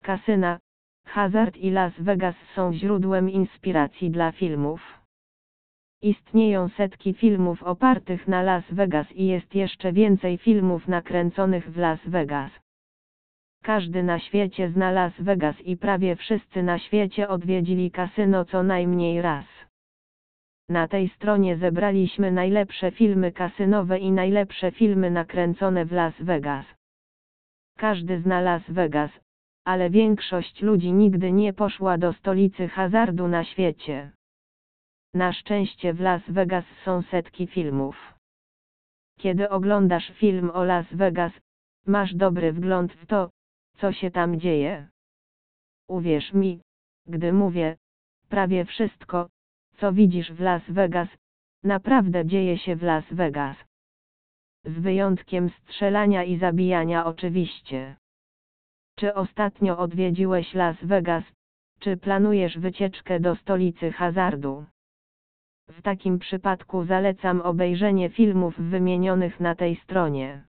kasyna, hazard i Las Vegas są źródłem inspiracji dla filmów. Istnieją setki filmów opartych na Las Vegas i jest jeszcze więcej filmów nakręconych w Las Vegas. Każdy na świecie zna Las Vegas i prawie wszyscy na świecie odwiedzili kasyno co najmniej raz. Na tej stronie zebraliśmy najlepsze filmy kasynowe i najlepsze filmy nakręcone w Las Vegas. Każdy zna Las Vegas, ale większość ludzi nigdy nie poszła do stolicy hazardu na świecie. Na szczęście w Las Vegas są setki filmów. Kiedy oglądasz film o Las Vegas, masz dobry wgląd w to, co się tam dzieje. Uwierz mi, gdy mówię, prawie wszystko, co widzisz w Las Vegas, naprawdę dzieje się w Las Vegas. Z wyjątkiem strzelania i zabijania oczywiście. Czy ostatnio odwiedziłeś Las Vegas, czy planujesz wycieczkę do stolicy hazardu? W takim przypadku zalecam obejrzenie filmów wymienionych na tej stronie.